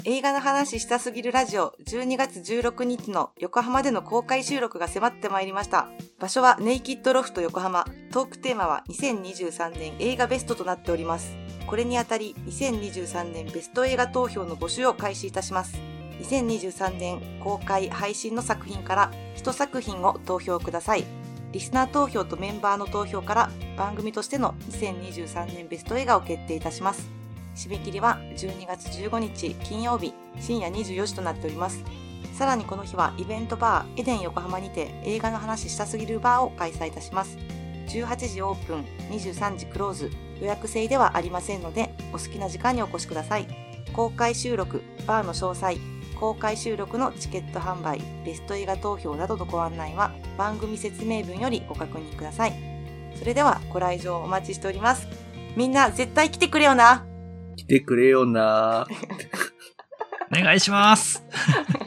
映画の話したすぎるラジオ12月16日の横浜での公開収録が迫ってまいりました。場所はネイキッドロフト横浜。トークテーマは2023年映画ベストとなっております。これにあたり2023年ベスト映画投票の募集を開始いたします。2023年公開配信の作品から1作品を投票ください。リスナー投票とメンバーの投票から番組としての2023年ベスト映画を決定いたします。締め切りは12月15日金曜日深夜24時となっております。さらにこの日はイベントバーエデン横浜にて映画の話したすぎるバーを開催いたします。18時オープン、23時クローズ、予約制ではありませんのでお好きな時間にお越しください。公開収録、バーの詳細、公開収録のチケット販売、ベスト映画投票などのご案内は番組説明文よりご確認ください。それではご来場お待ちしております。みんな絶対来てくれよな。 来てくれよな。 お願いします。